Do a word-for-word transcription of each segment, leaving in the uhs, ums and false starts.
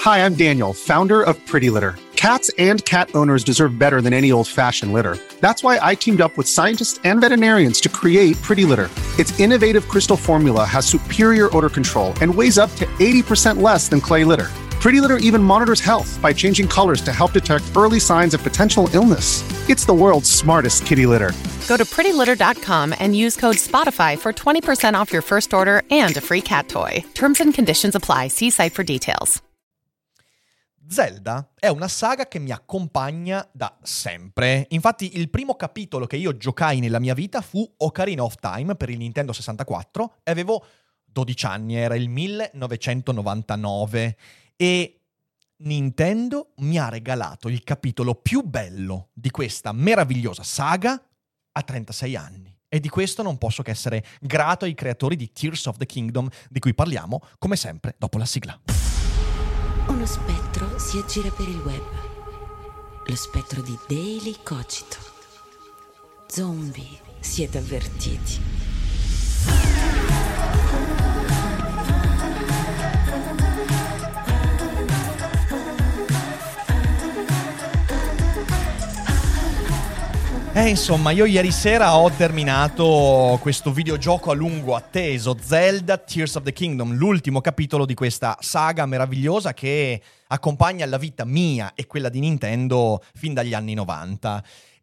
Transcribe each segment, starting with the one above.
Hi, I'm Daniel, founder of Pretty Litter. Cats and cat owners deserve better than any old-fashioned litter. That's why I teamed up with scientists and veterinarians to create Pretty Litter. Its innovative crystal formula has superior odor control and weighs up to eighty percent less than clay litter. Pretty Litter even monitors health by changing colors to help detect early signs of potential illness. It's the world's smartest kitty litter. Go to pretty litter dot com and use code SPOTIFY for twenty percent off your first order and a free cat toy. Terms and conditions apply. See site for details. Zelda è una saga che mi accompagna da sempre. Infatti il primo capitolo che io giocai nella mia vita fu Ocarina of Time per il Nintendo sessantaquattro e avevo dodici anni, era il millenovecentonovantanove e Nintendo mi ha regalato il capitolo più bello di questa meravigliosa saga a trentasei anni. E di questo non posso che essere grato ai creatori di Tears of the Kingdom, di cui parliamo, come sempre, dopo la sigla. Uno spettro si aggira per il web. Lo spettro di Daily Cogito. Zombie, siete avvertiti. Eh, insomma, io ieri sera ho terminato questo videogioco a lungo atteso, Zelda Tears of the Kingdom, l'ultimo capitolo di questa saga meravigliosa che accompagna la vita mia e quella di Nintendo fin dagli anni novanta.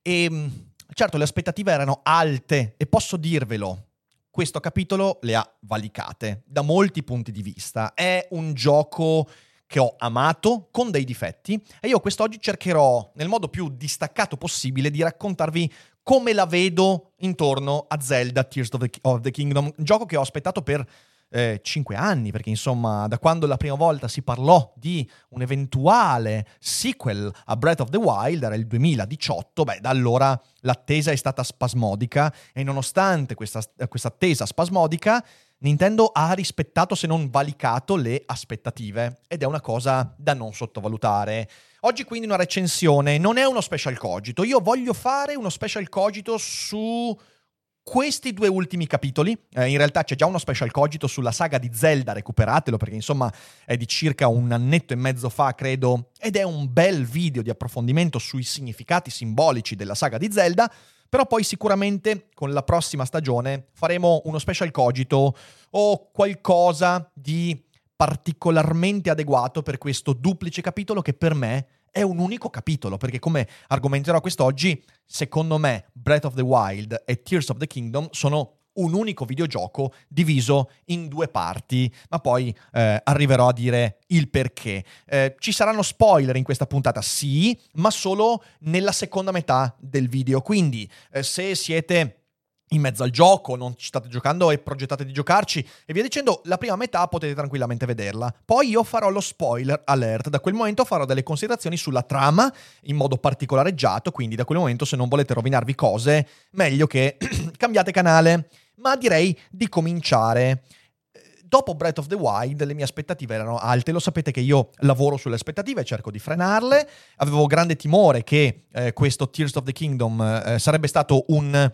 E certo, le aspettative erano alte e posso dirvelo, questo capitolo le ha valicate da molti punti di vista. È un gioco che ho amato con dei difetti e io quest'oggi cercherò nel modo più distaccato possibile di raccontarvi come la vedo intorno a Zelda Tears of the, of the Kingdom, un gioco che ho aspettato per eh, cinque anni, perché insomma da quando la prima volta si parlò di un eventuale sequel a Breath of the Wild era il duemiladiciotto, beh da allora l'attesa è stata spasmodica e nonostante questa, questa attesa spasmodica Nintendo ha rispettato, se non valicato, le aspettative ed è una cosa da non sottovalutare. Oggi quindi una recensione, non è uno special cogito, io voglio fare uno special cogito su questi due ultimi capitoli. Eh, in realtà c'è già uno special cogito sulla saga di Zelda, recuperatelo perché insomma è di circa un annetto e mezzo fa credo ed è un bel video di approfondimento sui significati simbolici della saga di Zelda. Però poi sicuramente con la prossima stagione faremo uno special cogito o qualcosa di particolarmente adeguato per questo duplice capitolo che per me è un unico capitolo, perché come argomenterò quest'oggi, secondo me Breath of the Wild e Tears of the Kingdom sono un unico videogioco diviso in due parti, ma poi eh, arriverò a dire il perché. Eh, ci saranno spoiler in questa puntata, sì, ma solo nella seconda metà del video, quindi eh, se siete in mezzo al gioco, non ci state giocando e progettate di giocarci e via dicendo, la prima metà potete tranquillamente vederla. Poi io farò lo spoiler alert, da quel momento farò delle considerazioni sulla trama in modo particolareggiato, quindi da quel momento se non volete rovinarvi cose, meglio che cambiate canale. Ma direi di cominciare. Dopo Breath of the Wild le mie aspettative erano alte, lo sapete che io lavoro sulle aspettative e cerco di frenarle. Avevo grande timore che eh, questo Tears of the Kingdom eh, sarebbe stato un,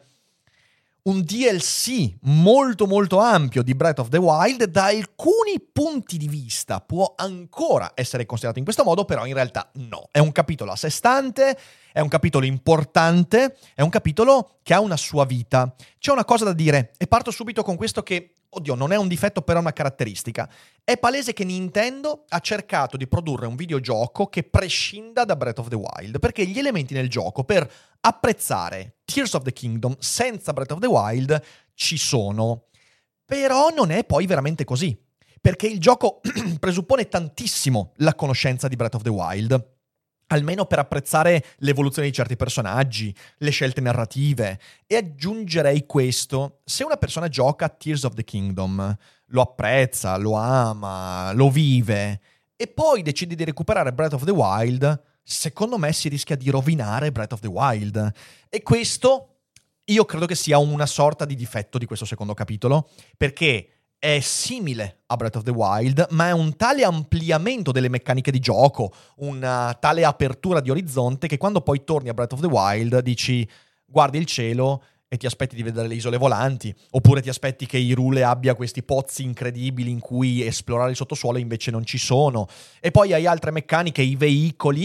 un D L C molto molto ampio di Breath of the Wild. Da alcuni punti di vista può ancora essere considerato in questo modo, però in realtà no. È un capitolo a sé stante, è un capitolo importante, è un capitolo che ha una sua vita. C'è una cosa da dire e parto subito con questo che, oddio, non è un difetto però è una caratteristica. È palese che Nintendo ha cercato di produrre un videogioco che prescinda da Breath of the Wild, perché gli elementi nel gioco per apprezzare Tears of the Kingdom senza Breath of the Wild ci sono. Però non è poi veramente così, perché il gioco presuppone tantissimo la conoscenza di Breath of the Wild. Almeno per apprezzare l'evoluzione di certi personaggi, le scelte narrative. E aggiungerei questo: se una persona gioca a Tears of the Kingdom, lo apprezza, lo ama, lo vive, e poi decide di recuperare Breath of the Wild, secondo me si rischia di rovinare Breath of the Wild. E questo io credo che sia una sorta di difetto di questo secondo capitolo, perché è simile a Breath of the Wild, ma è un tale ampliamento delle meccaniche di gioco, una tale apertura di orizzonte che quando poi torni a Breath of the Wild dici, guardi il cielo e ti aspetti di vedere le isole volanti, oppure ti aspetti che Hyrule abbia questi pozzi incredibili in cui esplorare il sottosuolo, invece non ci sono. E poi hai altre meccaniche, i veicoli,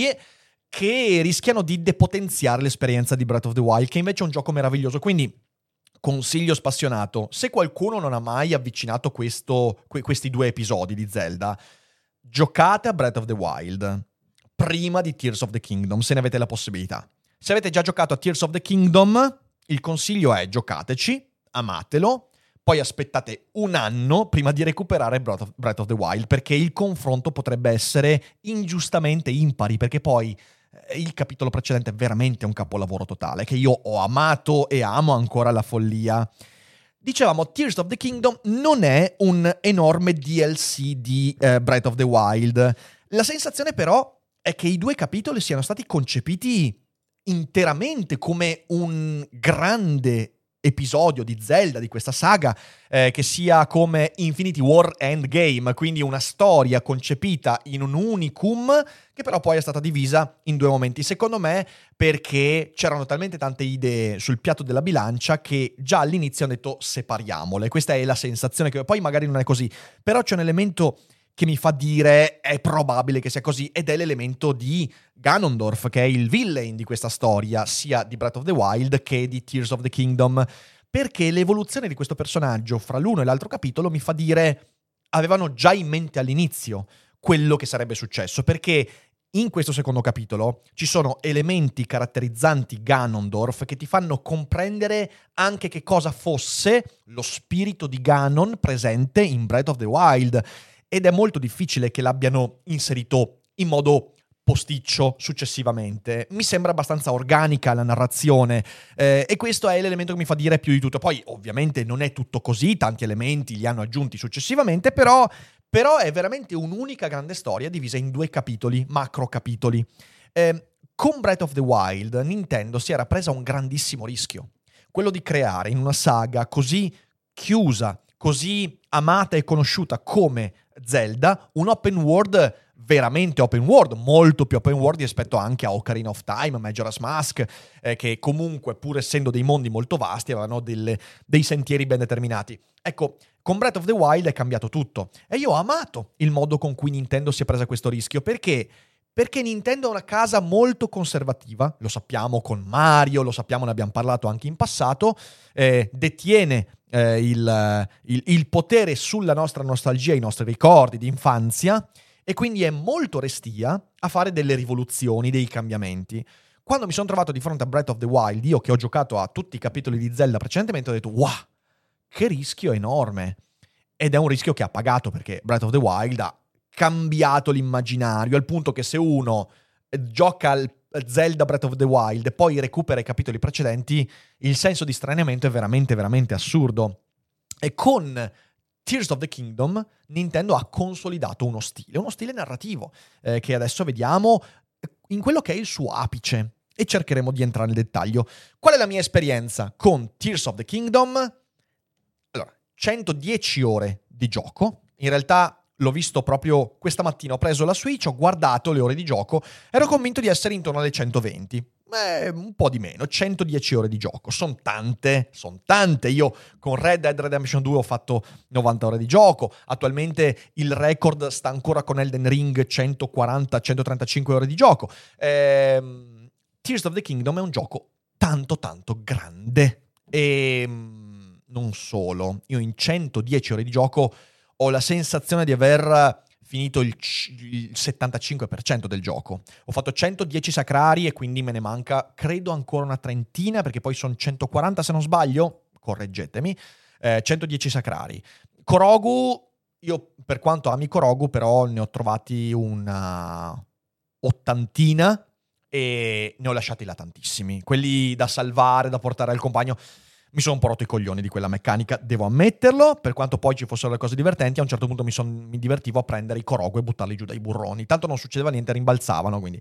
che rischiano di depotenziare l'esperienza di Breath of the Wild, che invece è un gioco meraviglioso. Quindi consiglio spassionato, se qualcuno non ha mai avvicinato questo, que- questi due episodi di Zelda, giocate a Breath of the Wild prima di Tears of the Kingdom, se ne avete la possibilità. Se avete già giocato a Tears of the Kingdom, il consiglio è giocateci, amatelo, poi aspettate un anno prima di recuperare Breath of, Breath of the Wild, perché il confronto potrebbe essere ingiustamente impari, perché poi eh, il capitolo precedente è veramente un capolavoro totale, che io ho amato e amo ancora alla follia. Dicevamo, Tears of the Kingdom non è un enorme D L C di eh, Breath of the Wild. La sensazione però è che i due capitoli siano stati concepiti interamente come un grande episodio di Zelda, di questa saga, eh, che sia come Infinity War Endgame, quindi una storia concepita in un unicum che però poi è stata divisa in due momenti. Secondo me perché c'erano talmente tante idee sul piatto della bilancia che già all'inizio hanno detto separiamole. Questa è la sensazione, che poi magari non è così, però c'è un elemento che mi fa dire è probabile che sia così, ed è l'elemento di Ganondorf, che è il villain di questa storia, sia di Breath of the Wild che di Tears of the Kingdom, perché l'evoluzione di questo personaggio fra l'uno e l'altro capitolo mi fa dire avevano già in mente all'inizio quello che sarebbe successo, perché in questo secondo capitolo ci sono elementi caratterizzanti Ganondorf che ti fanno comprendere anche che cosa fosse lo spirito di Ganon presente in Breath of the Wild, ed è molto difficile che l'abbiano inserito in modo posticcio successivamente. Mi sembra abbastanza organica la narrazione, eh, e questo è l'elemento che mi fa dire più di tutto. Poi ovviamente non è tutto così, tanti elementi li hanno aggiunti successivamente, però, però è veramente un'unica grande storia divisa in due capitoli, macro capitoli. Eh, con Breath of the Wild Nintendo si era presa un grandissimo rischio, quello di creare in una saga così chiusa, così amata e conosciuta come Zelda, un open world veramente open world, molto più open world rispetto anche a Ocarina of Time, Majora's Mask, eh, che comunque, pur essendo dei mondi molto vasti, avevano delle, dei sentieri ben determinati. Ecco, con Breath of the Wild è cambiato tutto, e io ho amato il modo con cui Nintendo si è presa questo rischio, perché Perché Nintendo è una casa molto conservativa, lo sappiamo con Mario, lo sappiamo, ne abbiamo parlato anche in passato, eh, detiene eh, il, il, il potere sulla nostra nostalgia, i nostri ricordi di infanzia, e quindi è molto restia a fare delle rivoluzioni, dei cambiamenti. Quando mi sono trovato di fronte a Breath of the Wild, io che ho giocato a tutti i capitoli di Zelda precedentemente, ho detto wow, che rischio enorme! Ed è un rischio che ha pagato, perché Breath of the Wild ha cambiato l'immaginario, al punto che se uno gioca al Zelda Breath of the Wild e poi recupera i capitoli precedenti, il senso di straniamento è veramente, veramente assurdo. E con Tears of the Kingdom Nintendo ha consolidato uno stile, uno stile narrativo, eh, che adesso vediamo in quello che è il suo apice, e cercheremo di entrare nel dettaglio. Qual è la mia esperienza con Tears of the Kingdom? Allora, centodieci ore di gioco, in realtà l'ho visto proprio questa mattina, ho preso la Switch, ho guardato le ore di gioco, ero convinto di essere intorno alle centoventi. Eh, un po' di meno, centodieci ore di gioco. Sono tante, sono tante. Io con Red Dead Redemption due ho fatto novanta ore di gioco. Attualmente il record sta ancora con Elden Ring, centoquaranta centotrentacinque ore di gioco. Eh, Tears of the Kingdom è un gioco tanto tanto grande. E non solo, io in centodieci ore di gioco ho la sensazione di aver finito il, il settantacinque per cento del gioco. Ho fatto centodieci sacrari e quindi me ne manca, credo, ancora una trentina, perché poi sono centoquaranta se non sbaglio, correggetemi, eh, centodieci sacrari. Korogu, io per quanto ami Korogu, però ne ho trovati una ottantina e ne ho lasciati là tantissimi. Quelli da salvare, da portare al compagno. Mi sono un po' rotto i coglioni di quella meccanica, devo ammetterlo, per quanto poi ci fossero le cose divertenti. A un certo punto mi, son, mi divertivo a prendere i Korogu e buttarli giù dai burroni, tanto non succedeva niente, rimbalzavano, quindi.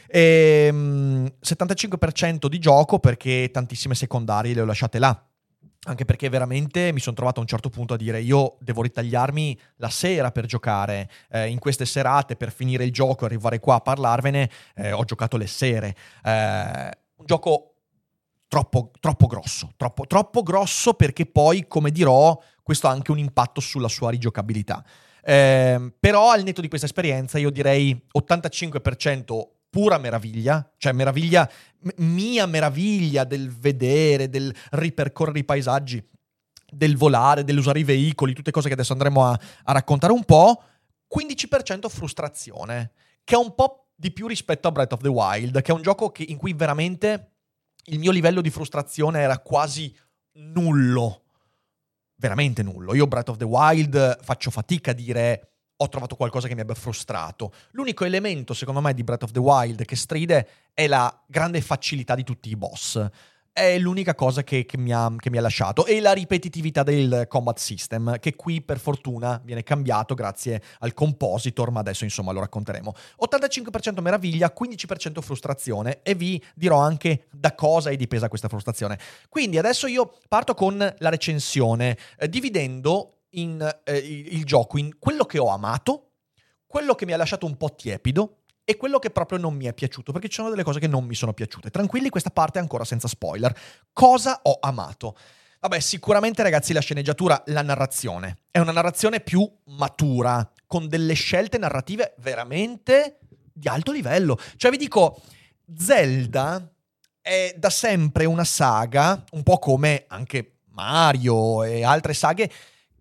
E, settantacinque per cento di gioco, perché tantissime secondarie le ho lasciate là, anche perché veramente mi sono trovato a un certo punto a dire io devo ritagliarmi la sera per giocare, eh, in queste serate per finire il gioco e arrivare qua a parlarvene, eh, ho giocato le sere. Eh, un gioco troppo, troppo grosso, troppo, troppo grosso perché poi, come dirò, questo ha anche un impatto sulla sua rigiocabilità. Eh, però al netto di questa esperienza io direi ottantacinque per cento pura meraviglia, cioè meraviglia, m- mia meraviglia del vedere, del ripercorrere i paesaggi, del volare, dell'usare i veicoli, tutte cose che adesso andremo a, a raccontare un po'. Quindici per cento frustrazione, che è un po' di più rispetto a Breath of the Wild, che è un gioco che, in cui veramente il mio livello di frustrazione era quasi nullo. Veramente nullo. Io Breath of the Wild faccio fatica a dire ho trovato qualcosa che mi abbia frustrato. L'unico elemento, secondo me, di Breath of the Wild che stride è la grande facilità di tutti i boss. È l'unica cosa che, che, mi ha, che mi ha lasciato. E la ripetitività del combat system, che qui per fortuna viene cambiato grazie al compositor, ma adesso insomma lo racconteremo. ottantacinque per cento meraviglia, quindici per cento frustrazione, e vi dirò anche da cosa è dipesa questa frustrazione. Quindi adesso io parto con la recensione, eh, dividendo in, eh, il, il gioco in quello che ho amato, quello che mi ha lasciato un po' tiepido, e quello che proprio non mi è piaciuto, perché ci sono delle cose che non mi sono piaciute. Tranquilli, questa parte è ancora senza spoiler. Cosa ho amato? Vabbè, sicuramente, ragazzi, la sceneggiatura, la narrazione. È una narrazione più matura, con delle scelte narrative veramente di alto livello. Cioè, vi dico, Zelda è da sempre una saga, un po' come anche Mario e altre saghe,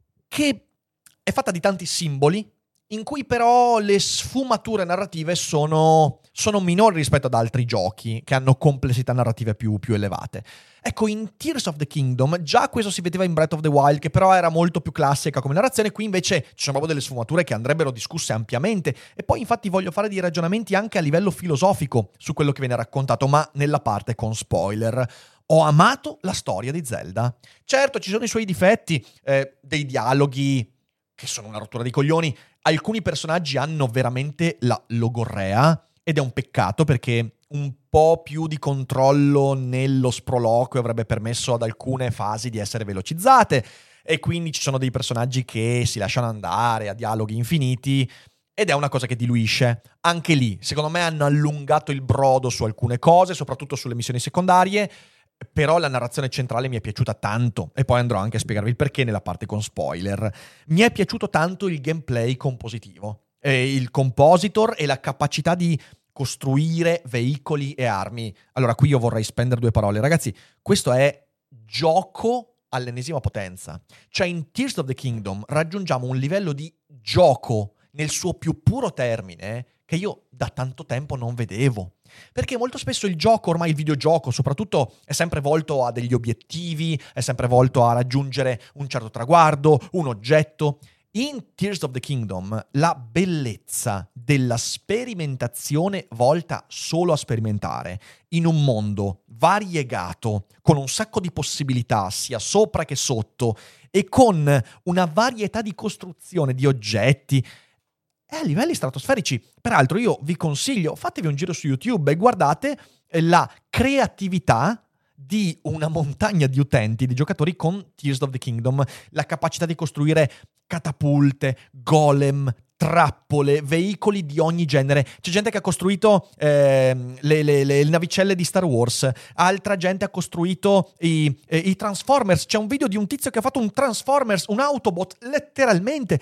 che è fatta di tanti simboli, in cui però le sfumature narrative sono, sono minori rispetto ad altri giochi che hanno complessità narrative più, più elevate. Ecco, in Tears of the Kingdom già questo si vedeva in Breath of the Wild, che però era molto più classica come narrazione. Qui invece ci sono proprio delle sfumature che andrebbero discusse ampiamente, e poi infatti voglio fare dei ragionamenti anche a livello filosofico su quello che viene raccontato, ma nella parte con spoiler. Ho amato la storia di Zelda. Certo, ci sono i suoi difetti, eh, dei dialoghi che sono una rottura di coglioni. Alcuni personaggi hanno veramente la logorrea, ed è un peccato perché un po' più di controllo nello sproloquio avrebbe permesso ad alcune fasi di essere velocizzate, e quindi ci sono dei personaggi che si lasciano andare a dialoghi infiniti, ed è una cosa che diluisce. Anche lì, secondo me, hanno allungato il brodo su alcune cose, soprattutto sulle missioni secondarie. Però la narrazione centrale mi è piaciuta tanto, e poi andrò anche a spiegarvi il perché nella parte con spoiler. Mi è piaciuto tanto il gameplay compositivo, e il compositor e la capacità di costruire veicoli e armi. Allora, qui io vorrei spendere due parole. Ragazzi, questo è gioco all'ennesima potenza. Cioè, in Tears of the Kingdom raggiungiamo un livello di gioco nel suo più puro termine che io da tanto tempo non vedevo. Perché molto spesso il gioco, ormai il videogioco soprattutto, è sempre volto a degli obiettivi, è sempre volto a raggiungere un certo traguardo, un oggetto. In Tears of the Kingdom la bellezza della sperimentazione volta solo a sperimentare, in un mondo variegato, con un sacco di possibilità, sia sopra che sotto, e con una varietà di costruzione di oggetti, è a livelli stratosferici. Peraltro io vi consiglio, fatevi un giro su YouTube e guardate la creatività di una montagna di utenti, di giocatori con Tears of the Kingdom, la capacità di costruire catapulte, golem, trappole, veicoli di ogni genere. C'è gente che ha costruito eh, le, le, le navicelle di Star Wars, altra gente ha costruito i, eh, i Transformers. C'è un video di un tizio che ha fatto un Transformers, un Autobot, letteralmente.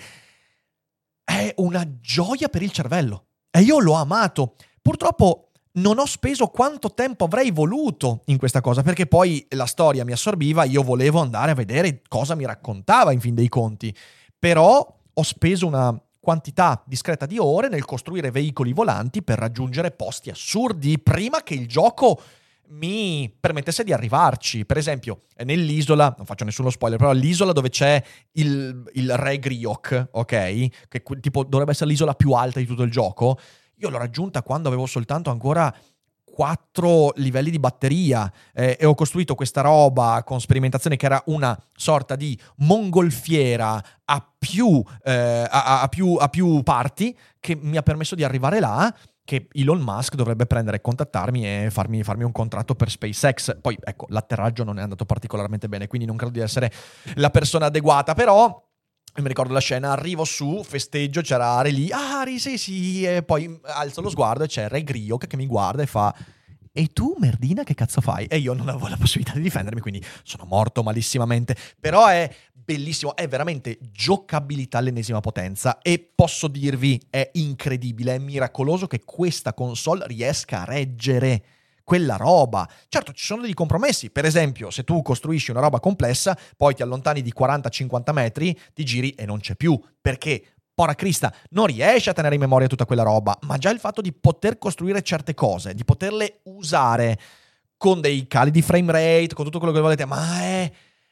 È una gioia per il cervello, e io l'ho amato. Purtroppo non ho speso quanto tempo avrei voluto in questa cosa, perché poi la storia mi assorbiva, io volevo andare a vedere cosa mi raccontava in fin dei conti. Però ho speso una quantità discreta di ore nel costruire veicoli volanti per raggiungere posti assurdi prima che il gioco mi permettesse di arrivarci. Per esempio, nell'isola, non faccio nessuno spoiler, però l'isola dove c'è il, il re Griok, ok? Che tipo dovrebbe essere l'isola più alta di tutto il gioco. Io l'ho raggiunta quando avevo soltanto ancora quattro livelli di batteria, eh, e ho costruito questa roba con sperimentazione che era una sorta di mongolfiera a più, eh, a, a, più, a più parti, che mi ha permesso di arrivare là, che Elon Musk dovrebbe prendere e contattarmi e farmi, farmi un contratto per SpaceX. Poi, ecco, l'atterraggio non è andato particolarmente bene, quindi non credo di essere la persona adeguata, però mi ricordo la scena, arrivo su, festeggio, c'era Ari lì, ah Ari sì sì, e poi alzo lo sguardo e c'è Re Griok che mi guarda e fa: e tu, merdina, che cazzo fai? E io non avevo la possibilità di difendermi, quindi sono morto malissimamente. Però è bellissimo, è veramente giocabilità all'ennesima potenza e posso dirvi, è incredibile, è miracoloso che questa console riesca a reggere quella roba. Certo, ci sono degli compromessi. Per esempio, se tu costruisci una roba complessa, poi ti allontani di quaranta cinquanta metri, ti giri e non c'è più. Perché? Porca Crista, non riesci a tenere in memoria tutta quella roba, ma già il fatto di poter costruire certe cose, di poterle usare con dei cali di frame rate, con tutto quello che volete, ma è,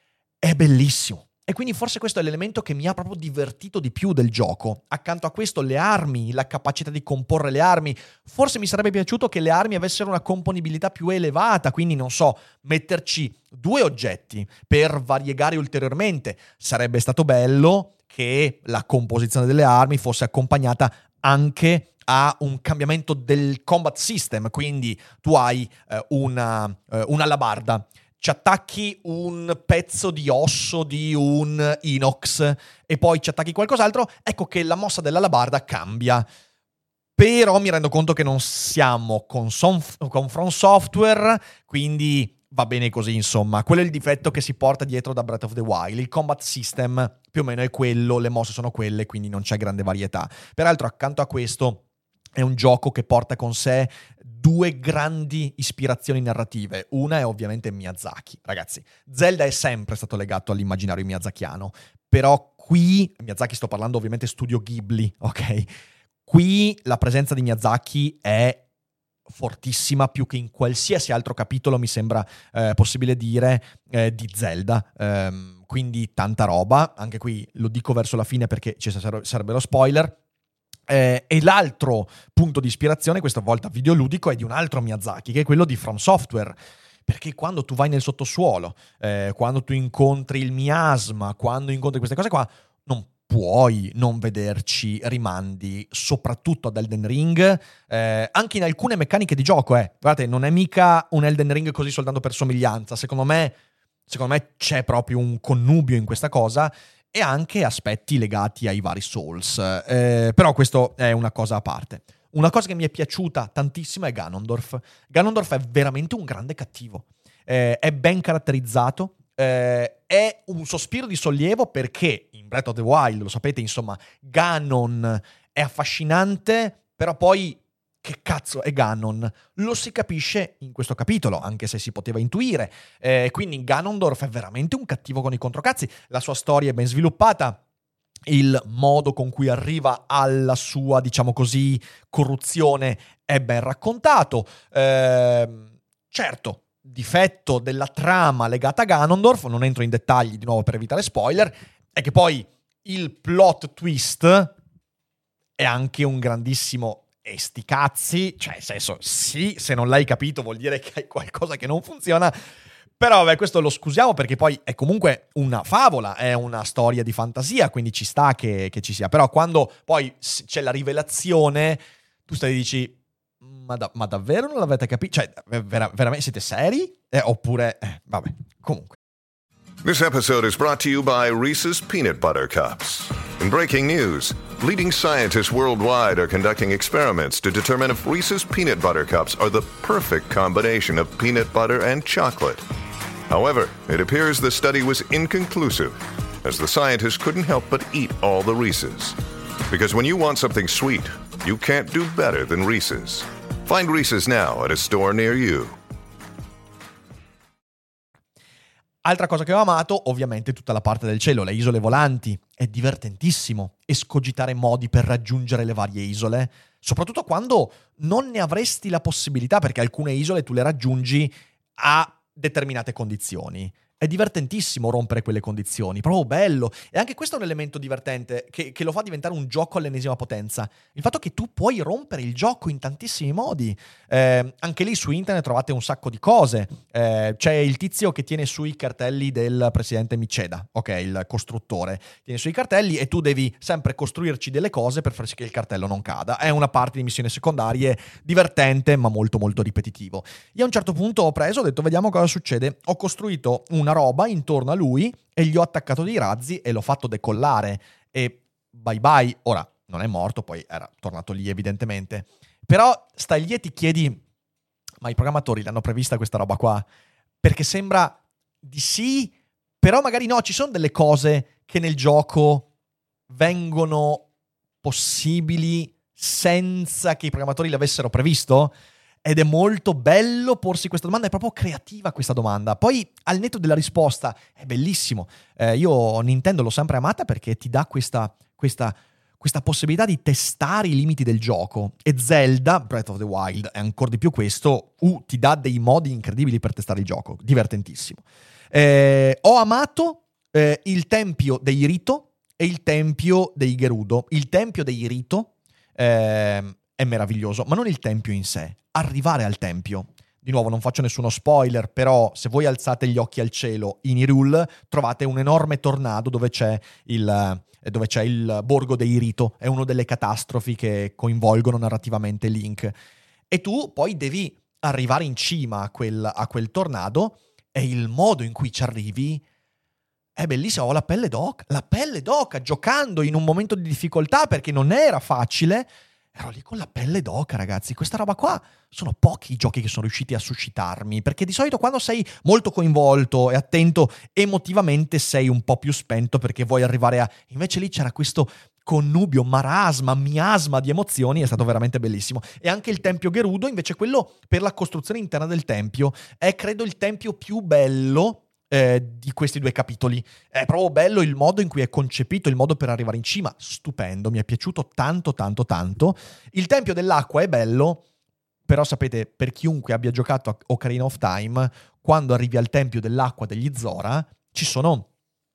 è bellissimo. E quindi forse questo è l'elemento che mi ha proprio divertito di più del gioco. Accanto a questo le armi, la capacità di comporre le armi. Forse mi sarebbe piaciuto che le armi avessero una componibilità più elevata, quindi non so, metterci due oggetti per variegare ulteriormente. Sarebbe stato bello che la composizione delle armi fosse accompagnata anche a un cambiamento del combat system, quindi tu hai eh, una, eh, un'alabarda, ci attacchi un pezzo di osso di un inox e poi ci attacchi qualcos'altro, ecco che la mossa dell'alabarda cambia. Però mi rendo conto che non siamo con, Sonf- con From Software, quindi va bene così, insomma. Quello è il difetto che si porta dietro da Breath of the Wild. Il combat system più o meno è quello, le mosse sono quelle, quindi non c'è grande varietà. Peraltro, accanto a questo, è un gioco che porta con sé due grandi ispirazioni narrative. Una è ovviamente Miyazaki. Ragazzi, Zelda è sempre stato legato all'immaginario miyazakiano, però qui, Miyazaki sto parlando ovviamente studio Ghibli, ok? Qui la presenza di Miyazaki è fortissima più che in qualsiasi altro capitolo, mi sembra eh, possibile dire, eh, di Zelda. Um, quindi tanta roba, anche qui lo dico verso la fine perché ci sarebbero spoiler. Eh, e l'altro punto di ispirazione, questa volta videoludico, è di un altro Miyazaki, che è quello di From Software. Perché quando tu vai nel sottosuolo, eh, quando tu incontri il miasma, quando incontri queste cose qua, non puoi non vederci rimandi, soprattutto ad Elden Ring, eh, anche in alcune meccaniche di gioco. Eh. Guardate, non è mica un Elden Ring così soltanto per somiglianza. Secondo me, secondo me c'è proprio un connubio in questa cosa e anche aspetti legati ai vari Souls. Eh, però questo è una cosa a parte. Una cosa che mi è piaciuta tantissimo è Ganondorf. Ganondorf è veramente un grande cattivo. Eh, è ben caratterizzato. Eh, è un sospiro di sollievo perché in Breath of the Wild, lo sapete, insomma, Ganon è affascinante, però poi che cazzo è Ganon? Lo si capisce in questo capitolo, anche se si poteva intuire. Eh, quindi Ganondorf è veramente un cattivo con i controcazzi. La sua storia è ben sviluppata. Il modo con cui arriva alla sua, diciamo così, corruzione è ben raccontato. Eh, certo, difetto della trama legata a Ganondorf, non entro in dettagli di nuovo per evitare spoiler, è che poi il plot twist è anche un grandissimo e sti cazzi, cioè nel senso, sì, se non l'hai capito vuol dire che hai qualcosa che non funziona, però vabbè, questo lo scusiamo perché poi è comunque una favola, è una storia di fantasia, quindi ci sta che, che ci sia, però quando poi c'è la rivelazione, tu stai e dici, ma, da, ma davvero non l'avete capito? Cioè, vera, veramente siete seri? Eh, oppure, eh, vabbè, comunque. This episode is brought to you by Reese's Peanut Butter Cups. In breaking news, leading scientists worldwide are conducting experiments to determine if Reese's Peanut Butter Cups are the perfect combination of peanut butter and chocolate. However, it appears the study was inconclusive, as the scientists couldn't help but eat all the Reese's. Because when you want something sweet, you can't do better than Reese's. Find Reese's now at a store near you. Altra cosa che ho amato, ovviamente tutta la parte del cielo, le isole volanti. È divertentissimo escogitare modi per raggiungere le varie isole, soprattutto quando non ne avresti la possibilità, perché alcune isole tu le raggiungi a determinate condizioni. È divertentissimo rompere quelle condizioni, proprio bello. E anche questo è un elemento divertente che, che lo fa diventare un gioco all'ennesima potenza. Il fatto che tu puoi rompere il gioco in tantissimi modi. Eh, anche lì su internet trovate un sacco di cose. Eh, c'è il tizio che tiene sui cartelli del presidente Miceda, ok, il costruttore. Tiene sui cartelli e tu devi sempre costruirci delle cose per far sì che il cartello non cada. È una parte di missioni secondarie divertente, ma molto molto ripetitivo. Io a un certo punto ho preso, ho detto vediamo cosa succede. Ho costruito una roba intorno a lui e gli ho attaccato dei razzi e l'ho fatto decollare e bye bye. Ora non è morto, poi era tornato lì evidentemente, però stai lì e ti chiedi ma i programmatori l'hanno prevista questa roba qua? Perché sembra di sì, però magari no, ci sono delle cose che nel gioco vengono possibili senza che i programmatori l'avessero previsto? Ed è molto bello porsi questa domanda, è proprio creativa questa domanda. Poi al netto della risposta è bellissimo. Eh, io Nintendo l'ho sempre amata perché ti dà questa, questa, questa possibilità di testare i limiti del gioco. E Zelda, Breath of the Wild, è ancora di più questo, uh, ti dà dei modi incredibili per testare il gioco. Divertentissimo. Eh, ho amato eh, il tempio dei Rito e il tempio dei Gerudo. Il tempio dei Rito eh, è meraviglioso, ma non il tempio in sé. Arrivare al tempio. Di nuovo, non faccio nessuno spoiler, però se voi alzate gli occhi al cielo in Hyrule, trovate un enorme tornado dove c'è il, dove c'è il borgo dei Rito. È una delle catastrofi che coinvolgono narrativamente Link. E tu poi devi arrivare in cima a quel, a quel tornado, e il modo in cui ci arrivi è bellissimo. Ho la pelle d'oca, la pelle d'oca, giocando in un momento di difficoltà perché non era facile. Ero lì con la pelle d'oca, ragazzi. Questa roba qua, sono pochi i giochi che sono riusciti a suscitarmi, perché di solito quando sei molto coinvolto e attento emotivamente sei un po' più spento perché vuoi arrivare a... Invece lì c'era questo connubio, marasma, miasma di emozioni, è stato veramente bellissimo. E anche il tempio Gerudo, invece, quello per la costruzione interna del tempio, è credo il tempio più bello Eh, di questi due capitoli. È proprio bello il modo in cui è concepito, il modo per arrivare in cima, stupendo, mi è piaciuto tanto tanto tanto. Il tempio dell'acqua è bello, però sapete, per chiunque abbia giocato a Ocarina of Time, quando arrivi al tempio dell'acqua degli Zora ci sono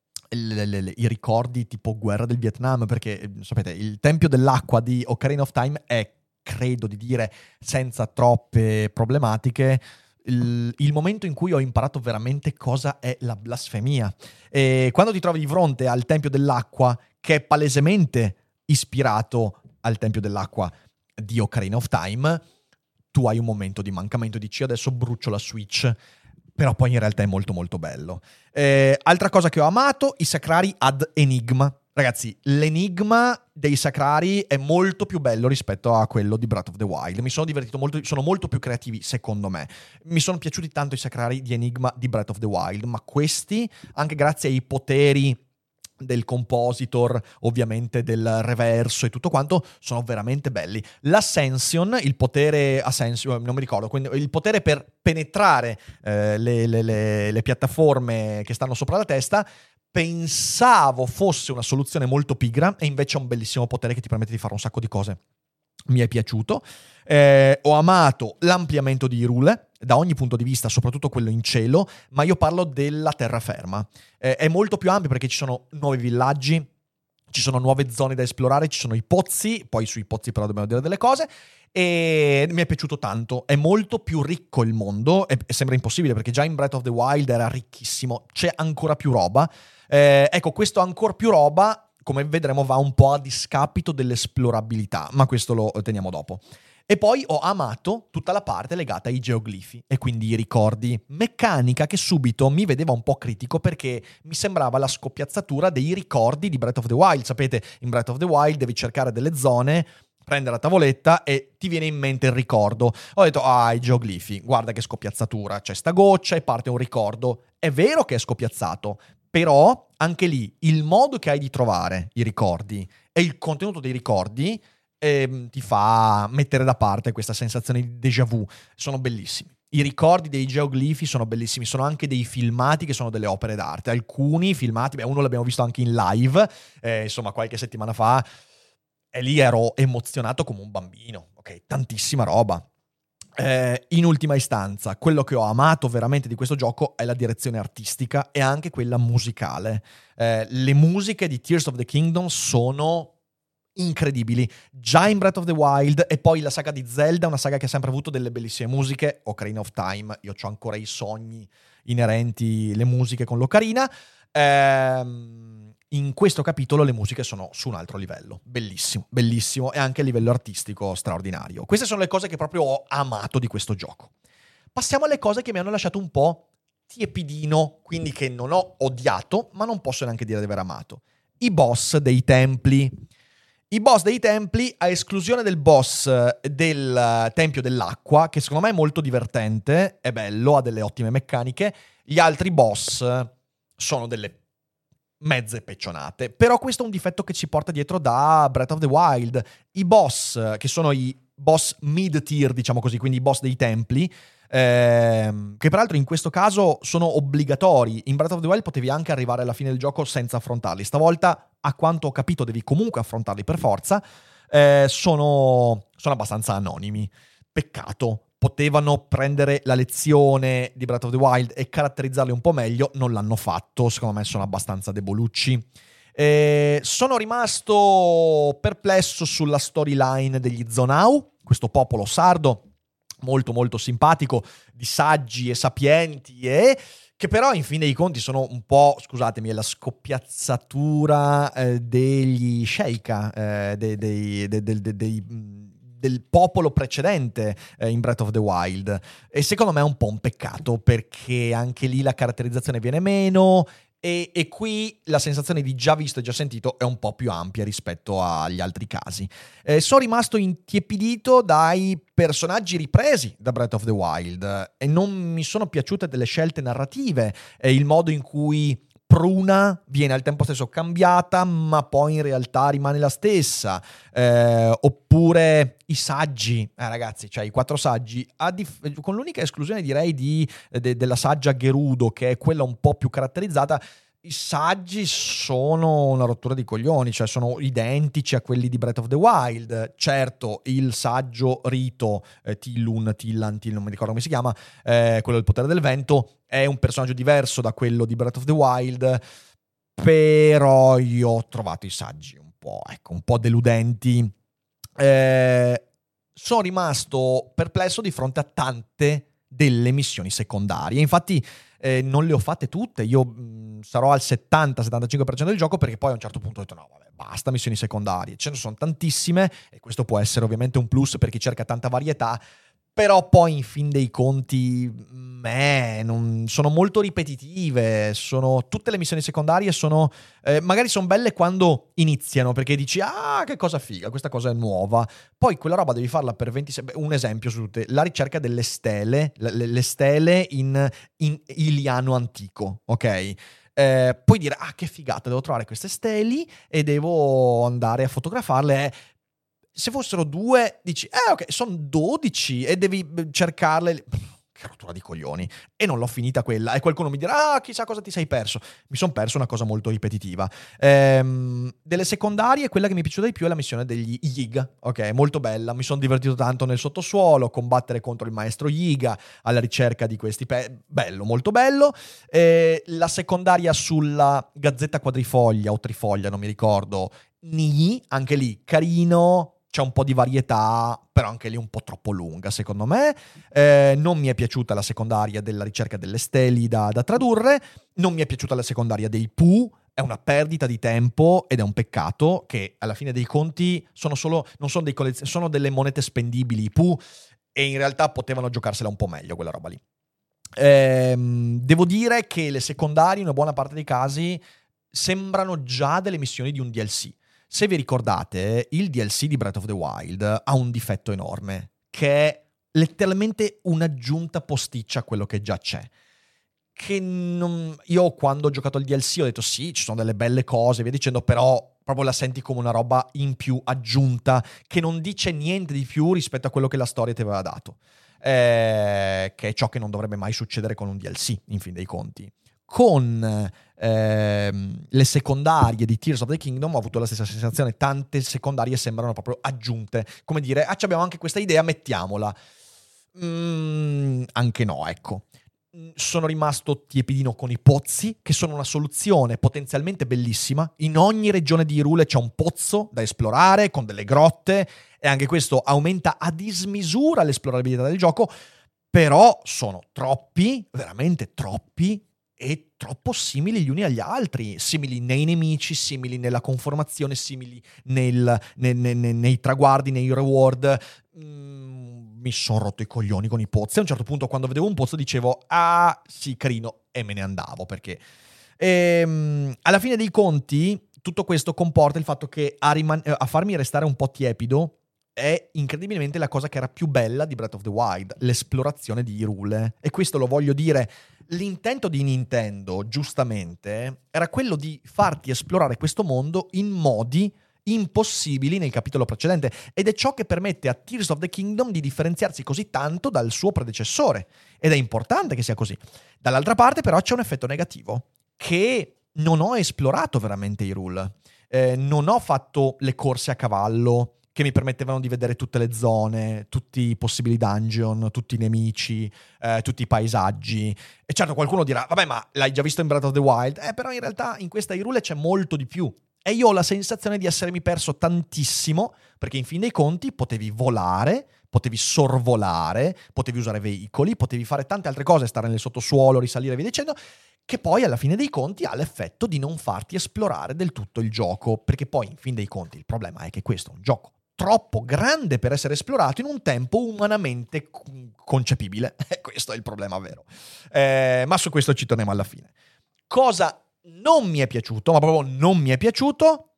le, le, le, i ricordi tipo guerra del Vietnam, perché sapete, il tempio dell'acqua di Ocarina of Time è, credo di dire senza troppe problematiche, Il, il momento in cui ho imparato veramente cosa è la blasfemia. E quando ti trovi di fronte al Tempio dell'Acqua, che è palesemente ispirato al Tempio dell'Acqua di Ocarina of Time, tu hai un momento di mancamento, dici adesso brucio la Switch, però poi in realtà è molto molto bello. Eh, altra cosa che ho amato, i sacrari ad enigma. Ragazzi, l'enigma dei sacrari è molto più bello rispetto a quello di Breath of the Wild. Mi sono divertito molto, sono molto più creativi secondo me. Mi sono piaciuti tanto i sacrari di enigma di Breath of the Wild, ma questi, anche grazie ai poteri del compositor, ovviamente del reverso e tutto quanto, sono veramente belli. L'Ascension, il potere Ascension, non mi ricordo, quindi il potere per penetrare eh, le, le, le, le piattaforme che stanno sopra la testa, pensavo fosse una soluzione molto pigra, e invece è un bellissimo potere che ti permette di fare un sacco di cose. Mi è piaciuto. Eh, ho amato l'ampliamento di Hyrule da ogni punto di vista, soprattutto quello in cielo, ma io parlo della terraferma. Eh, è molto più ampio perché ci sono nuovi villaggi, ci sono nuove zone da esplorare, ci sono i pozzi, poi sui pozzi però dobbiamo dire delle cose, e mi è piaciuto tanto. È molto più ricco il mondo, e sembra impossibile perché già in Breath of the Wild era ricchissimo, c'è ancora più roba. Eh, ecco, questo ancora più roba, come vedremo, va un po' a discapito dell'esplorabilità, ma questo lo teniamo dopo. E poi ho amato tutta la parte legata ai geoglifi e quindi i ricordi, meccanica che subito mi vedeva un po' critico perché mi sembrava la scoppiazzatura dei ricordi di Breath of the Wild. Sapete, in Breath of the Wild devi cercare delle zone, prendere la tavoletta e ti viene in mente il ricordo. Ho detto, ah, i geoglifi, guarda che scoppiazzatura, c'è sta goccia e parte un ricordo. È vero che è scoppiazzato, però anche lì il modo che hai di trovare i ricordi e il contenuto dei ricordi eh, ti fa mettere da parte questa sensazione di déjà vu. Sono bellissimi. I ricordi dei geoglifi sono bellissimi, sono anche dei filmati che sono delle opere d'arte. Alcuni filmati, beh, uno l'abbiamo visto anche in live, eh, insomma qualche settimana fa, e lì ero emozionato come un bambino, ok? Tantissima roba. Eh, in ultima istanza, quello che ho amato veramente di questo gioco è la direzione artistica e anche quella musicale. Eh, le musiche di Tears of the Kingdom sono incredibili, già in Breath of the Wild, e poi la saga di Zelda, una saga che ha sempre avuto delle bellissime musiche. Ocarina of Time, io ho ancora i sogni inerenti alle musiche con l'Ocarina. Ehm... In questo capitolo le musiche sono su un altro livello, bellissimo, bellissimo, e anche a livello artistico straordinario. Queste sono le cose che proprio ho amato di questo gioco. Passiamo alle cose che mi hanno lasciato un po' tiepidino, quindi che non ho odiato, ma non posso neanche dire di aver amato. I boss dei templi. I boss dei templi, a esclusione del boss del Tempio dell'Acqua, che secondo me è molto divertente, è bello, ha delle ottime meccaniche, gli altri boss sono delle mezze peccionate. Però questo è un difetto che ci porta dietro da Breath of the Wild. I boss, che sono i boss mid-tier, diciamo così, quindi i boss dei templi, ehm, che peraltro in questo caso sono obbligatori. In Breath of the Wild potevi anche arrivare alla fine del gioco senza affrontarli. Stavolta, a quanto ho capito, devi comunque affrontarli per forza. Eh, sono, sono abbastanza anonimi. Peccato. Potevano prendere la lezione di Breath of the Wild e caratterizzarli un po' meglio, non l'hanno fatto, secondo me sono abbastanza debolucci. Eh, sono rimasto perplesso sulla storyline degli Zonao, questo popolo sardo, molto molto simpatico, di saggi e sapienti, e che però in fin dei conti sono un po', scusatemi, è la scoppiazzatura eh, degli Sheikah, eh, dei... dei, dei, dei, dei, dei del popolo precedente eh, in Breath of the Wild, e secondo me è un po' un peccato, perché anche lì la caratterizzazione viene meno e, e qui la sensazione di già visto e già sentito è un po' più ampia rispetto agli altri casi. Eh, sono rimasto intiepidito dai personaggi ripresi da Breath of the Wild e non mi sono piaciute delle scelte narrative, eh, il modo in cui Pruna viene al tempo stesso cambiata, ma poi in realtà rimane la stessa. Eh, oppure i saggi, eh, ragazzi, cioè i quattro saggi, a dif- con l'unica esclusione direi di, de- della saggia Gerudo, che è quella un po' più caratterizzata. I saggi sono una rottura di coglioni, cioè sono identici a quelli di Breath of the Wild. Certo, il saggio Rito, eh, Tillun, Tillan, Till, non mi ricordo come si chiama, eh, quello del potere del vento, è un personaggio diverso da quello di Breath of the Wild, però io ho trovato i saggi un po', ecco, un po' deludenti. Eh, sono rimasto perplesso di fronte a tante delle missioni secondarie. Infatti eh, non le ho fatte tutte. Io mh, sarò al settanta settantacinque per cento del gioco, perché poi a un certo punto ho detto no, vabbè, basta missioni secondarie. Ce ne sono tantissime e questo può essere ovviamente un plus per chi cerca tanta varietà. Però poi in fin dei conti me, non, sono molto ripetitive, sono, tutte le missioni secondarie sono, eh, magari sono belle quando iniziano, perché dici ah che cosa figa, questa cosa è nuova, poi quella roba devi farla per ventisei, un esempio su tutte, la ricerca delle stele, le, le stele in, in Iliano antico, ok? Eh, puoi dire ah che figata, devo trovare queste steli e devo andare a fotografarle. Se fossero due, dici, eh ok, sono dodici e devi cercarle. Che rottura di coglioni. E non l'ho finita quella. E qualcuno mi dirà, ah, chissà cosa ti sei perso. Mi sono perso una cosa molto ripetitiva. Ehm, delle secondarie, quella che mi è piaciuta di più è la missione degli Yiga. Ok, molto bella. Mi sono divertito tanto nel sottosuolo, combattere contro il maestro Yiga, alla ricerca di questi pe... Bello, molto bello. Eh, la secondaria sulla Gazzetta Quadrifoglia o Trifoglia, non mi ricordo. Ni, anche lì, carino. C'è un po' di varietà, però anche lì un po' troppo lunga, secondo me. Eh, non mi è piaciuta la secondaria della ricerca delle steli da, da tradurre. Non mi è piaciuta la secondaria dei Pooh. È una perdita di tempo ed è un peccato che alla fine dei conti sono solo, non sono dei collez- sono delle monete spendibili i Pooh, e in realtà potevano giocarsela un po' meglio quella roba lì. Eh, devo dire che le secondarie, in una buona parte dei casi, sembrano già delle missioni di un D L C. Se vi ricordate, il D L C di Breath of the Wild ha un difetto enorme, che è letteralmente un'aggiunta posticcia a quello che già c'è. Che non... Io quando ho giocato al D L C ho detto sì, ci sono delle belle cose, via dicendo, però proprio la senti come una roba in più aggiunta, che non dice niente di più rispetto a quello che la storia ti aveva dato. Eh, che è ciò che non dovrebbe mai succedere con un D L C, in fin dei conti. Con ehm, le secondarie di Tears of the Kingdom ho avuto la stessa sensazione. Tante secondarie sembrano proprio aggiunte, come dire, ah, abbiamo anche questa idea, mettiamola. Mm, anche no, ecco. Sono rimasto tiepidino con i pozzi, che sono una soluzione potenzialmente bellissima. In ogni regione di Hyrule c'è un pozzo da esplorare, con delle grotte, e anche questo aumenta a dismisura l'esplorabilità del gioco, però sono troppi, veramente troppi, e troppo simili gli uni agli altri, simili nei nemici, simili nella conformazione, simili nel, nei, nei, nei traguardi, nei reward. Mm, mi sono rotto i coglioni con i pozzi. A un certo punto, quando vedevo un pozzo, dicevo ah sì, carino, e me ne andavo, perché ehm, alla fine dei conti tutto questo comporta il fatto che a, riman- a farmi restare un po' tiepido è incredibilmente la cosa che era più bella di Breath of the Wild, l'esplorazione di Hyrule. E questo lo voglio dire, l'intento di Nintendo, giustamente, era quello di farti esplorare questo mondo in modi impossibili nel capitolo precedente, ed è ciò che permette a Tears of the Kingdom di differenziarsi così tanto dal suo predecessore, ed è importante che sia così. Dall'altra parte però c'è un effetto negativo, che non ho esplorato veramente Hyrule, eh, non ho fatto le corse a cavallo che mi permettevano di vedere tutte le zone, tutti i possibili dungeon, tutti i nemici, eh, tutti i paesaggi. E certo qualcuno dirà, vabbè, ma l'hai già visto in Breath of the Wild? Eh, però in realtà in questa Hyrule c'è molto di più. E io ho la sensazione di essermi perso tantissimo, perché in fin dei conti potevi volare, potevi sorvolare, potevi usare veicoli, potevi fare tante altre cose, stare nel sottosuolo, risalire e via dicendo, che poi alla fine dei conti ha l'effetto di non farti esplorare del tutto il gioco, perché poi in fin dei conti il problema è che questo è un gioco troppo grande per essere esplorato in un tempo umanamente concepibile. E questo è il problema vero. Eh, ma su questo ci torniamo alla fine. Cosa non mi è piaciuto, ma proprio non mi è piaciuto?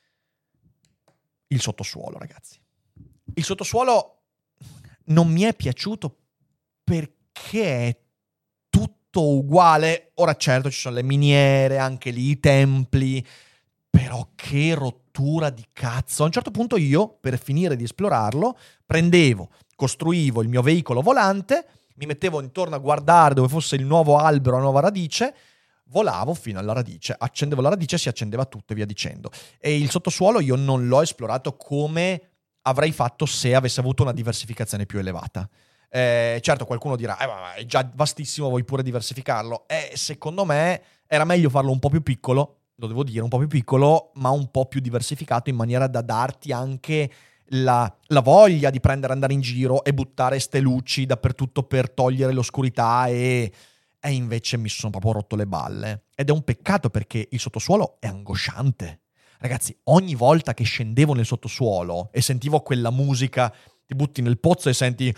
Il sottosuolo, ragazzi. Il sottosuolo non mi è piaciuto perché è tutto uguale. Ora certo ci sono le miniere, anche lì i templi, però che rottura di cazzo. A un certo punto io, per finire di esplorarlo, prendevo, costruivo il mio veicolo volante, mi mettevo intorno a guardare dove fosse il nuovo albero, la nuova radice, volavo fino alla radice, accendevo la radice, si accendeva tutto e via dicendo. E il sottosuolo io non l'ho esplorato come avrei fatto se avessi avuto una diversificazione più elevata. Eh, certo qualcuno dirà, eh, ma è già vastissimo, vuoi pure diversificarlo? Eh, secondo me era meglio farlo un po' più piccolo, lo devo dire, un po' più piccolo, ma un po' più diversificato, in maniera da darti anche la, la voglia di prendere, andare in giro e buttare ste luci dappertutto per togliere l'oscurità, e, e invece mi sono proprio rotto le balle. Ed è un peccato perché il sottosuolo è angosciante. Ragazzi, ogni volta che scendevo nel sottosuolo e sentivo quella musica, ti butti nel pozzo e senti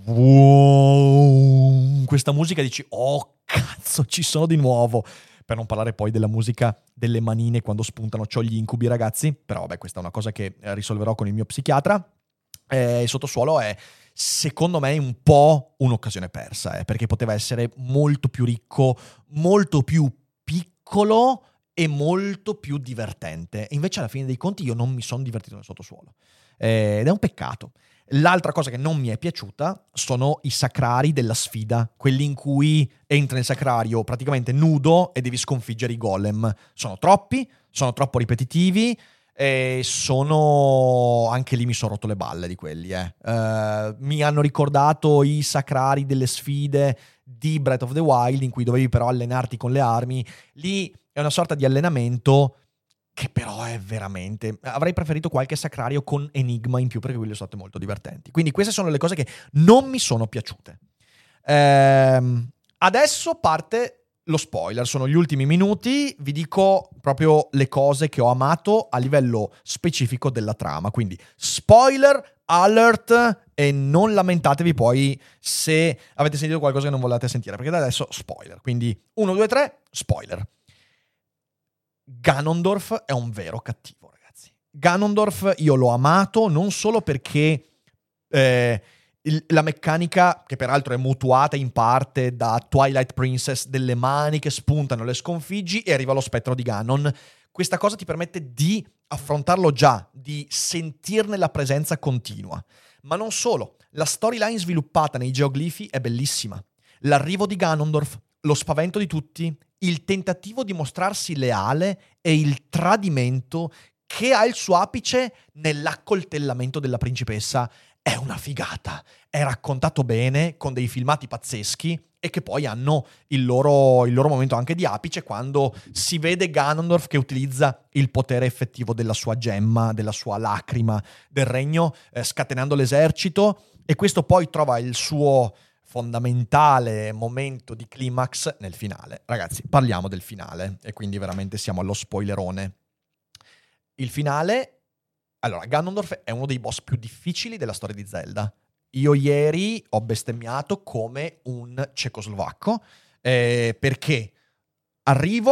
wow, questa musica, dici, oh cazzo, ci sono di nuovo. Per non parlare poi della musica delle manine quando spuntano, c'ho gli incubi, ragazzi. Però vabbè, questa è una cosa che risolverò con il mio psichiatra. Eh, il sottosuolo è, secondo me, un po' un'occasione persa, eh, perché poteva essere molto più ricco, molto più piccolo e molto più divertente. E invece alla fine dei conti io non mi sono divertito nel sottosuolo. Eh, ed è un peccato. L'altra cosa che non mi è piaciuta sono i sacrari della sfida, quelli in cui entri nel sacrario praticamente nudo e devi sconfiggere i golem. Sono troppi, sono troppo ripetitivi e sono... anche lì mi sono rotto le balle di quelli. Eh. Uh, mi hanno ricordato i sacrari delle sfide di Breath of the Wild, in cui dovevi però allenarti con le armi. Lì è una sorta di allenamento che però è veramente... avrei preferito qualche sacrario con enigma in più, perché quelli sono stati molto divertenti. Quindi queste sono le cose che non mi sono piaciute. Ehm, adesso parte lo spoiler, sono gli ultimi minuti, vi dico proprio le cose che ho amato a livello specifico della trama. Quindi spoiler alert, e non lamentatevi poi se avete sentito qualcosa che non volete sentire, perché da adesso spoiler. Quindi uno, due, tre, spoiler. Ganondorf è un vero cattivo, ragazzi. Ganondorf io l'ho amato non solo perché eh, il, la meccanica, che peraltro è mutuata in parte da Twilight Princess, delle mani che spuntano, le sconfiggi e arriva lo spettro di Ganon. Questa cosa ti permette di affrontarlo già, di sentirne la presenza continua. Ma non solo, la storyline sviluppata nei geoglifi è bellissima. L'arrivo di Ganondorf, lo spavento di tutti, il tentativo di mostrarsi leale e il tradimento che ha il suo apice nell'accoltellamento della principessa è una figata. È raccontato bene, con dei filmati pazzeschi, e che poi hanno il loro, il loro momento anche di apice, quando si vede Ganondorf che utilizza il potere effettivo della sua gemma, della sua lacrima del regno, eh, scatenando l'esercito, e questo poi trova il suo fondamentale momento di climax nel finale. Ragazzi, parliamo del finale, e quindi veramente siamo allo spoilerone. Il finale... Allora, Ganondorf è uno dei boss più difficili della storia di Zelda. Io ieri ho bestemmiato come un cecoslovacco, eh, perché arrivo,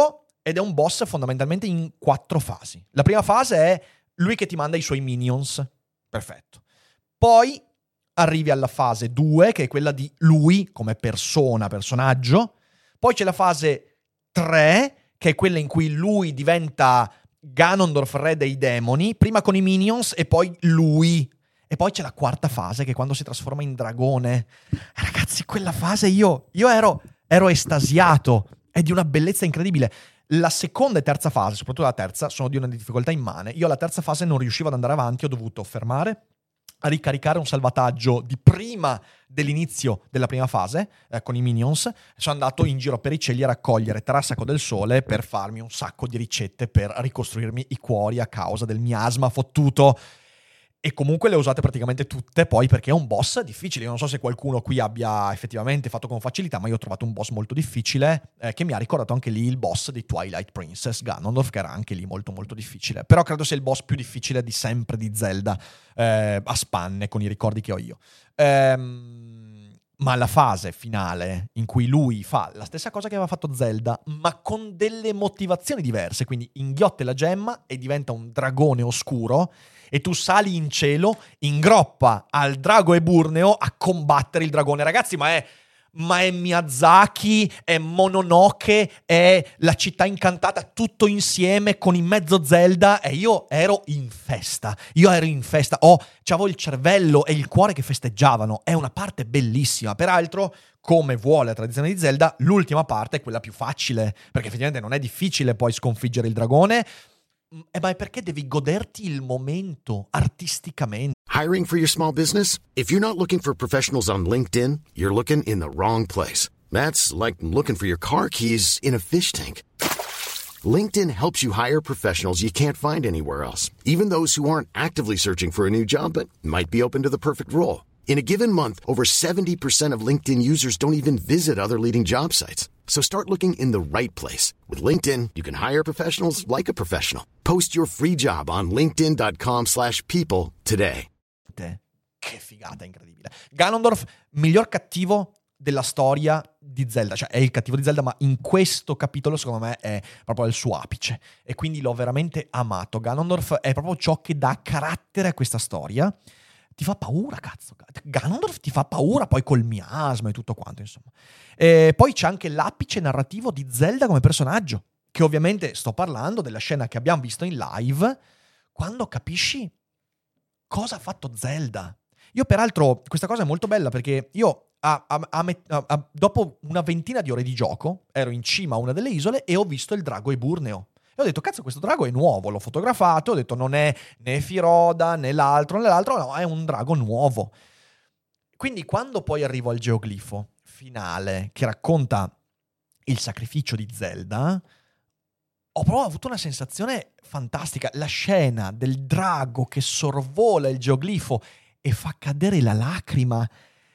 ed è un boss fondamentalmente in quattro fasi. La prima fase è lui che ti manda i suoi minions. Perfetto. Poi arrivi alla fase due, che è quella di lui come persona, personaggio. Poi c'è la fase tre, che è quella in cui lui diventa Ganondorf, re dei demoni, prima con i minions e poi lui. E poi c'è la quarta fase, che è quando si trasforma in dragone. Ragazzi, quella fase io, io ero, ero estasiato. È di una bellezza incredibile. La seconda e terza fase, soprattutto la terza, sono di una difficoltà immane. Io alla terza fase non riuscivo ad andare avanti, ho dovuto fermare, a ricaricare un salvataggio di prima dell'inizio della prima fase, eh, con i minions. Sono andato in giro per i cieli a raccogliere Tarassaco del Sole per farmi un sacco di ricette per ricostruirmi i cuori a causa del miasma fottuto. E comunque le ho usate praticamente tutte poi, perché è un boss difficile. Io non so se qualcuno qui abbia effettivamente fatto con facilità, ma io ho trovato un boss molto difficile, eh, che mi ha ricordato anche lì il boss di Twilight Princess, Ganondorf, che era anche lì molto molto difficile. Però credo sia il boss più difficile di sempre di Zelda, eh, a spanne con i ricordi che ho io. Ehm, ma la fase finale in cui lui fa la stessa cosa che aveva fatto Zelda, ma con delle motivazioni diverse, quindi inghiotte la gemma e diventa un dragone oscuro, e tu sali in cielo in groppa al drago eburneo a combattere il dragone. Ragazzi, ma è, ma è Miyazaki, è Mononoke, è la città incantata, tutto insieme con in mezzo Zelda, e io ero in festa. Io ero in festa. Oh, c'avevo il cervello e il cuore che festeggiavano. È una parte bellissima. Peraltro, come vuole la tradizione di Zelda, l'ultima parte è quella più facile, perché effettivamente non è difficile poi sconfiggere il dragone. Eh, ma è perché devi goderti il momento artisticamente. Hiring for your small business? If you're not looking for professionals on LinkedIn, you're looking in the wrong place. That's like looking for your car keys in a fish tank. LinkedIn helps you hire professionals you can't find anywhere else, even those who aren't actively searching for a new job but might be open to the perfect role. In a given month, over seventy percent of LinkedIn users don't even visit other leading job sites. So start looking in the right place. With LinkedIn, you can hire professionals like a professional. Post your free job on linkedin.com slash people today. Che figata incredibile. Ganondorf, miglior cattivo della storia di Zelda. Cioè, è il cattivo di Zelda, ma in questo capitolo, secondo me, è proprio il suo apice. E quindi l'ho veramente amato. Ganondorf è proprio ciò che dà carattere a questa storia. Ti fa paura, cazzo. Ganondorf ti fa paura, poi col miasma e tutto quanto, insomma. E poi c'è anche l'apice narrativo di Zelda come personaggio, che ovviamente sto parlando della scena che abbiamo visto in live, quando capisci cosa ha fatto Zelda. Io, peraltro, questa cosa è molto bella, perché io, a, a, a, a, dopo una ventina di ore di gioco, ero in cima a una delle isole e ho visto il drago eburneo. E ho detto, cazzo, questo drago è nuovo, l'ho fotografato, ho detto, non è né Firoda, né l'altro, né l'altro, no, è un drago nuovo. Quindi quando poi arrivo al geoglifo finale, che racconta il sacrificio di Zelda, ho proprio avuto una sensazione fantastica. La scena del drago che sorvola il geoglifo e fa cadere la lacrima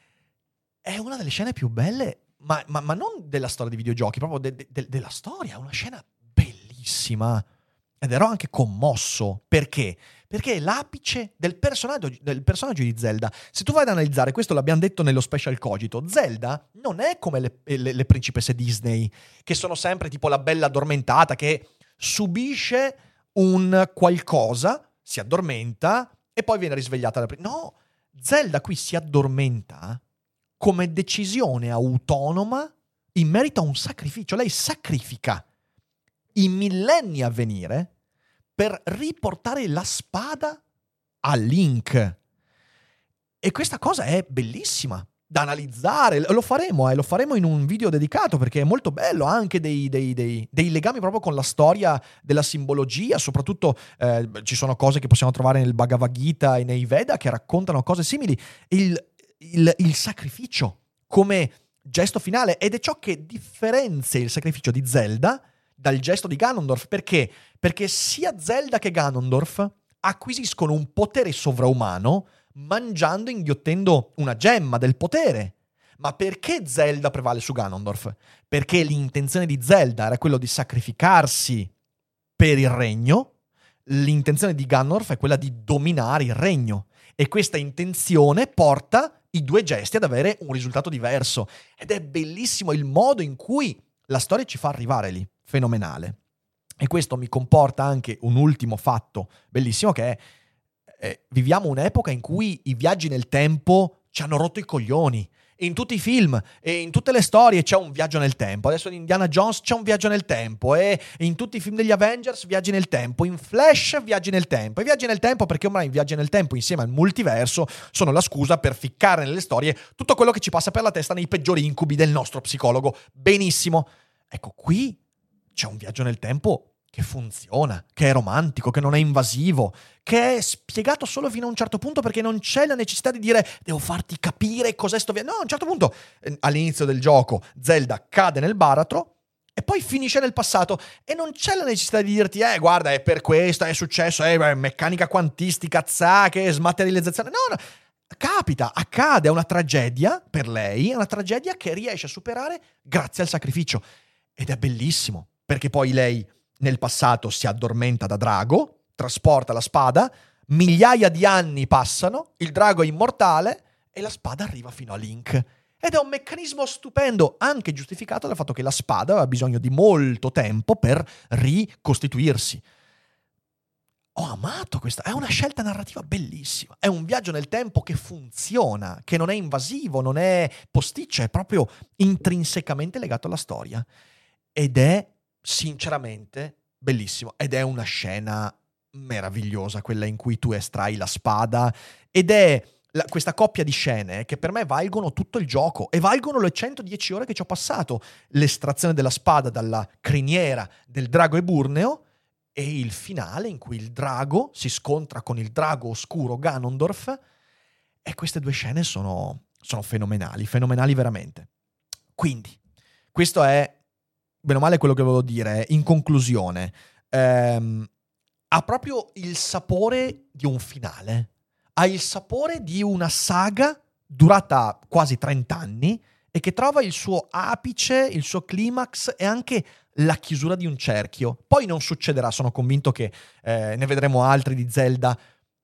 è una delle scene più belle, ma, ma, ma non della storia dei videogiochi, proprio de, de, della storia, è una scena bellissima. Ed ero anche commosso. Perché? Perché è l'apice del personaggio, del personaggio di Zelda. Se tu vai ad analizzare, questo l'abbiamo detto nello special Cogito, Zelda non è come le, le, le principesse Disney, che sono sempre tipo la bella addormentata, che subisce un qualcosa, si addormenta e poi viene risvegliata. No, Zelda qui si addormenta come decisione autonoma in merito a un sacrificio. Lei sacrifica i millenni a venire per riportare la spada a Link. E questa cosa è bellissima da analizzare. Lo faremo, eh, lo faremo in un video dedicato, perché è molto bello, anche dei, dei, dei, dei legami proprio con la storia della simbologia. Soprattutto eh, ci sono cose che possiamo trovare nel Bhagavad Gita e nei Veda che raccontano cose simili. Il, il, il sacrificio come gesto finale, ed è ciò che differenzia il sacrificio di Zelda dal gesto di Ganondorf. Perché? Perché sia Zelda che Ganondorf acquisiscono un potere sovraumano mangiando e inghiottendo una gemma del potere. Ma perché Zelda prevale su Ganondorf? Perché l'intenzione di Zelda era quello di sacrificarsi per il regno, l'intenzione di Ganondorf è quella di dominare il regno. E questa intenzione porta i due gesti ad avere un risultato diverso. Ed è bellissimo il modo in cui la storia ci fa arrivare lì. Fenomenale. E questo mi comporta anche un ultimo fatto bellissimo, che è eh, viviamo un'epoca in cui i viaggi nel tempo ci hanno rotto i coglioni. In tutti i film e in tutte le storie c'è un viaggio nel tempo. Adesso in Indiana Jones c'è un viaggio nel tempo, e in tutti i film degli Avengers viaggi nel tempo, in Flash viaggi nel tempo. E viaggi nel tempo perché ormai i viaggi nel tempo insieme al multiverso sono la scusa per ficcare nelle storie tutto quello che ci passa per la testa nei peggiori incubi del nostro psicologo. Benissimo. Ecco, qui c'è un viaggio nel tempo che funziona, che è romantico, che non è invasivo, che è spiegato solo fino a un certo punto, perché non c'è la necessità di dire devo farti capire cos'è sto viaggio. No, a un certo punto, all'inizio del gioco, Zelda cade nel baratro e poi finisce nel passato, e non c'è la necessità di dirti eh guarda è per questo, è successo, è meccanica quantistica, zacche, smaterializzazione. No, no, capita, accade, è una tragedia per lei, è una tragedia che riesce a superare grazie al sacrificio, ed è bellissimo, perché poi lei nel passato si addormenta da drago, trasporta la spada, migliaia di anni passano, il drago è immortale e la spada arriva fino a Link. Ed è un meccanismo stupendo, anche giustificato dal fatto che la spada aveva bisogno di molto tempo per ricostituirsi. Ho amato questa, è una scelta narrativa bellissima, è un viaggio nel tempo che funziona, che non è invasivo, non è posticcio, è proprio intrinsecamente legato alla storia. Ed è sinceramente bellissimo, ed è una scena meravigliosa quella in cui tu estrai la spada, ed è la, questa coppia di scene che per me valgono tutto il gioco e valgono le centodieci ore che ci ho passato: l'estrazione della spada dalla criniera del drago eburneo e il finale in cui il drago si scontra con il drago oscuro Ganondorf, e queste due scene sono, sono fenomenali, fenomenali veramente. Quindi questo è bene o male quello che volevo dire. In conclusione, ehm, ha proprio il sapore di un finale, ha il sapore di una saga durata quasi trenta anni e che trova il suo apice, il suo climax e anche la chiusura di un cerchio. Poi non succederà, sono convinto che eh, ne vedremo altri di Zelda.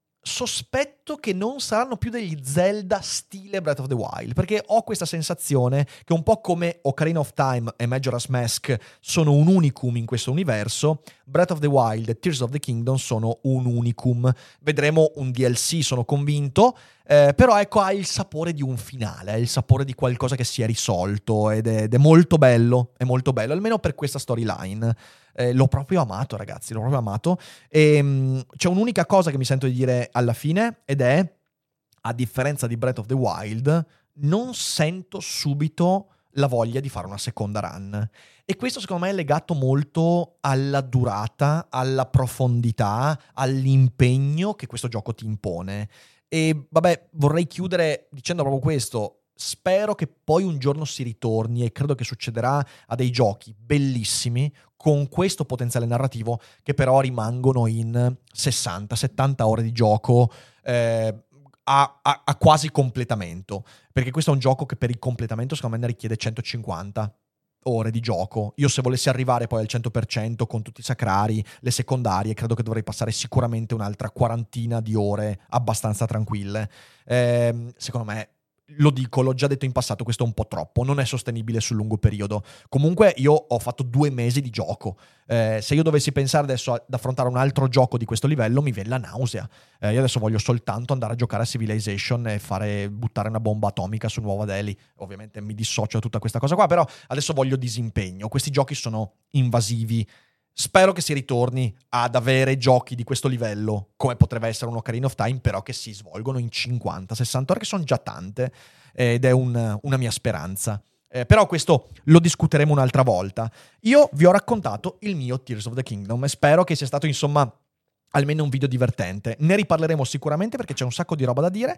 Sospetto che non saranno più degli Zelda stile Breath of the Wild, perché ho questa sensazione che un po' come Ocarina of Time e Majora's Mask sono un unicum in questo universo, Breath of the Wild e Tears of the Kingdom sono un unicum. Vedremo un D L C, sono convinto, eh, però ecco, ha il sapore di un finale, ha il sapore di qualcosa che si è risolto, ed è, ed è molto bello, è molto bello, almeno per questa storyline. Eh, l'ho proprio amato, ragazzi, l'ho proprio amato. E mh, c'è un'unica cosa che mi sento di dire alla fine, ed è, a differenza di Breath of the Wild, non sento subito la voglia di fare una seconda run. E questo secondo me è legato molto alla durata, alla profondità, all'impegno che questo gioco ti impone. E vabbè, vorrei chiudere dicendo proprio questo. Spero che poi un giorno si ritorni, e credo che succederà, a dei giochi bellissimi con questo potenziale narrativo, che però rimangono in sessanta settanta ore di gioco eh, a, a, a quasi completamento, perché questo è un gioco che per il completamento secondo me ne richiede centocinquanta ore di gioco. Io, se volessi arrivare poi al cento per cento con tutti i sacrari, le secondarie, credo che dovrei passare sicuramente un'altra quarantina di ore abbastanza tranquille. Eh, secondo me, lo dico, l'ho già detto in passato, questo è un po' troppo, non è sostenibile sul lungo periodo. Comunque io ho fatto due mesi di gioco, eh, se io dovessi pensare adesso ad affrontare un altro gioco di questo livello mi viene la nausea. eh, io adesso voglio soltanto andare a giocare a Civilization e fare buttare una bomba atomica su Nuova Delhi. Ovviamente mi dissocio da tutta questa cosa qua, però adesso voglio disimpegno. Questi giochi sono invasivi. Spero che si ritorni ad avere giochi di questo livello, come potrebbe essere un Ocarina of Time, però che si svolgono in cinquanta sessanta ore, che sono già tante, ed è un, una mia speranza. Eh, però questo lo discuteremo un'altra volta. Io vi ho raccontato il mio Tears of the Kingdom e spero che sia stato, insomma, almeno un video divertente. Ne riparleremo sicuramente perché c'è un sacco di roba da dire.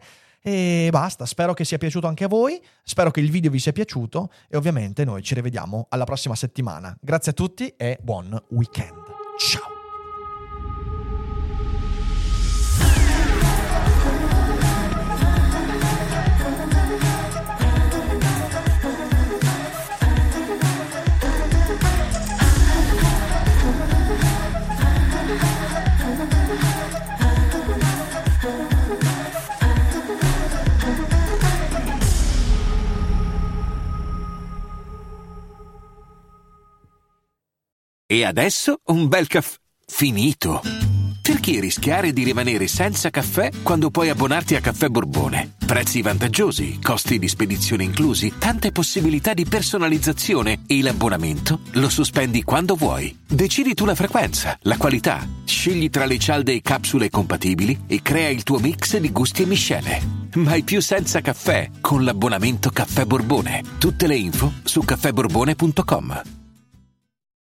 E basta, spero che sia piaciuto anche a voi, spero che il video vi sia piaciuto e ovviamente noi ci rivediamo alla prossima settimana. Grazie a tutti e buon weekend. Ciao! E adesso un bel caffè finito. Perché rischiare di rimanere senza caffè quando puoi abbonarti a Caffè Borbone? Prezzi vantaggiosi, costi di spedizione inclusi, tante possibilità di personalizzazione e l'abbonamento lo sospendi quando vuoi. Decidi tu la frequenza, la qualità, scegli tra le cialde e capsule compatibili e crea il tuo mix di gusti e miscele. Mai più senza caffè con l'abbonamento Caffè Borbone. Tutte le info su caffè borbone punto com.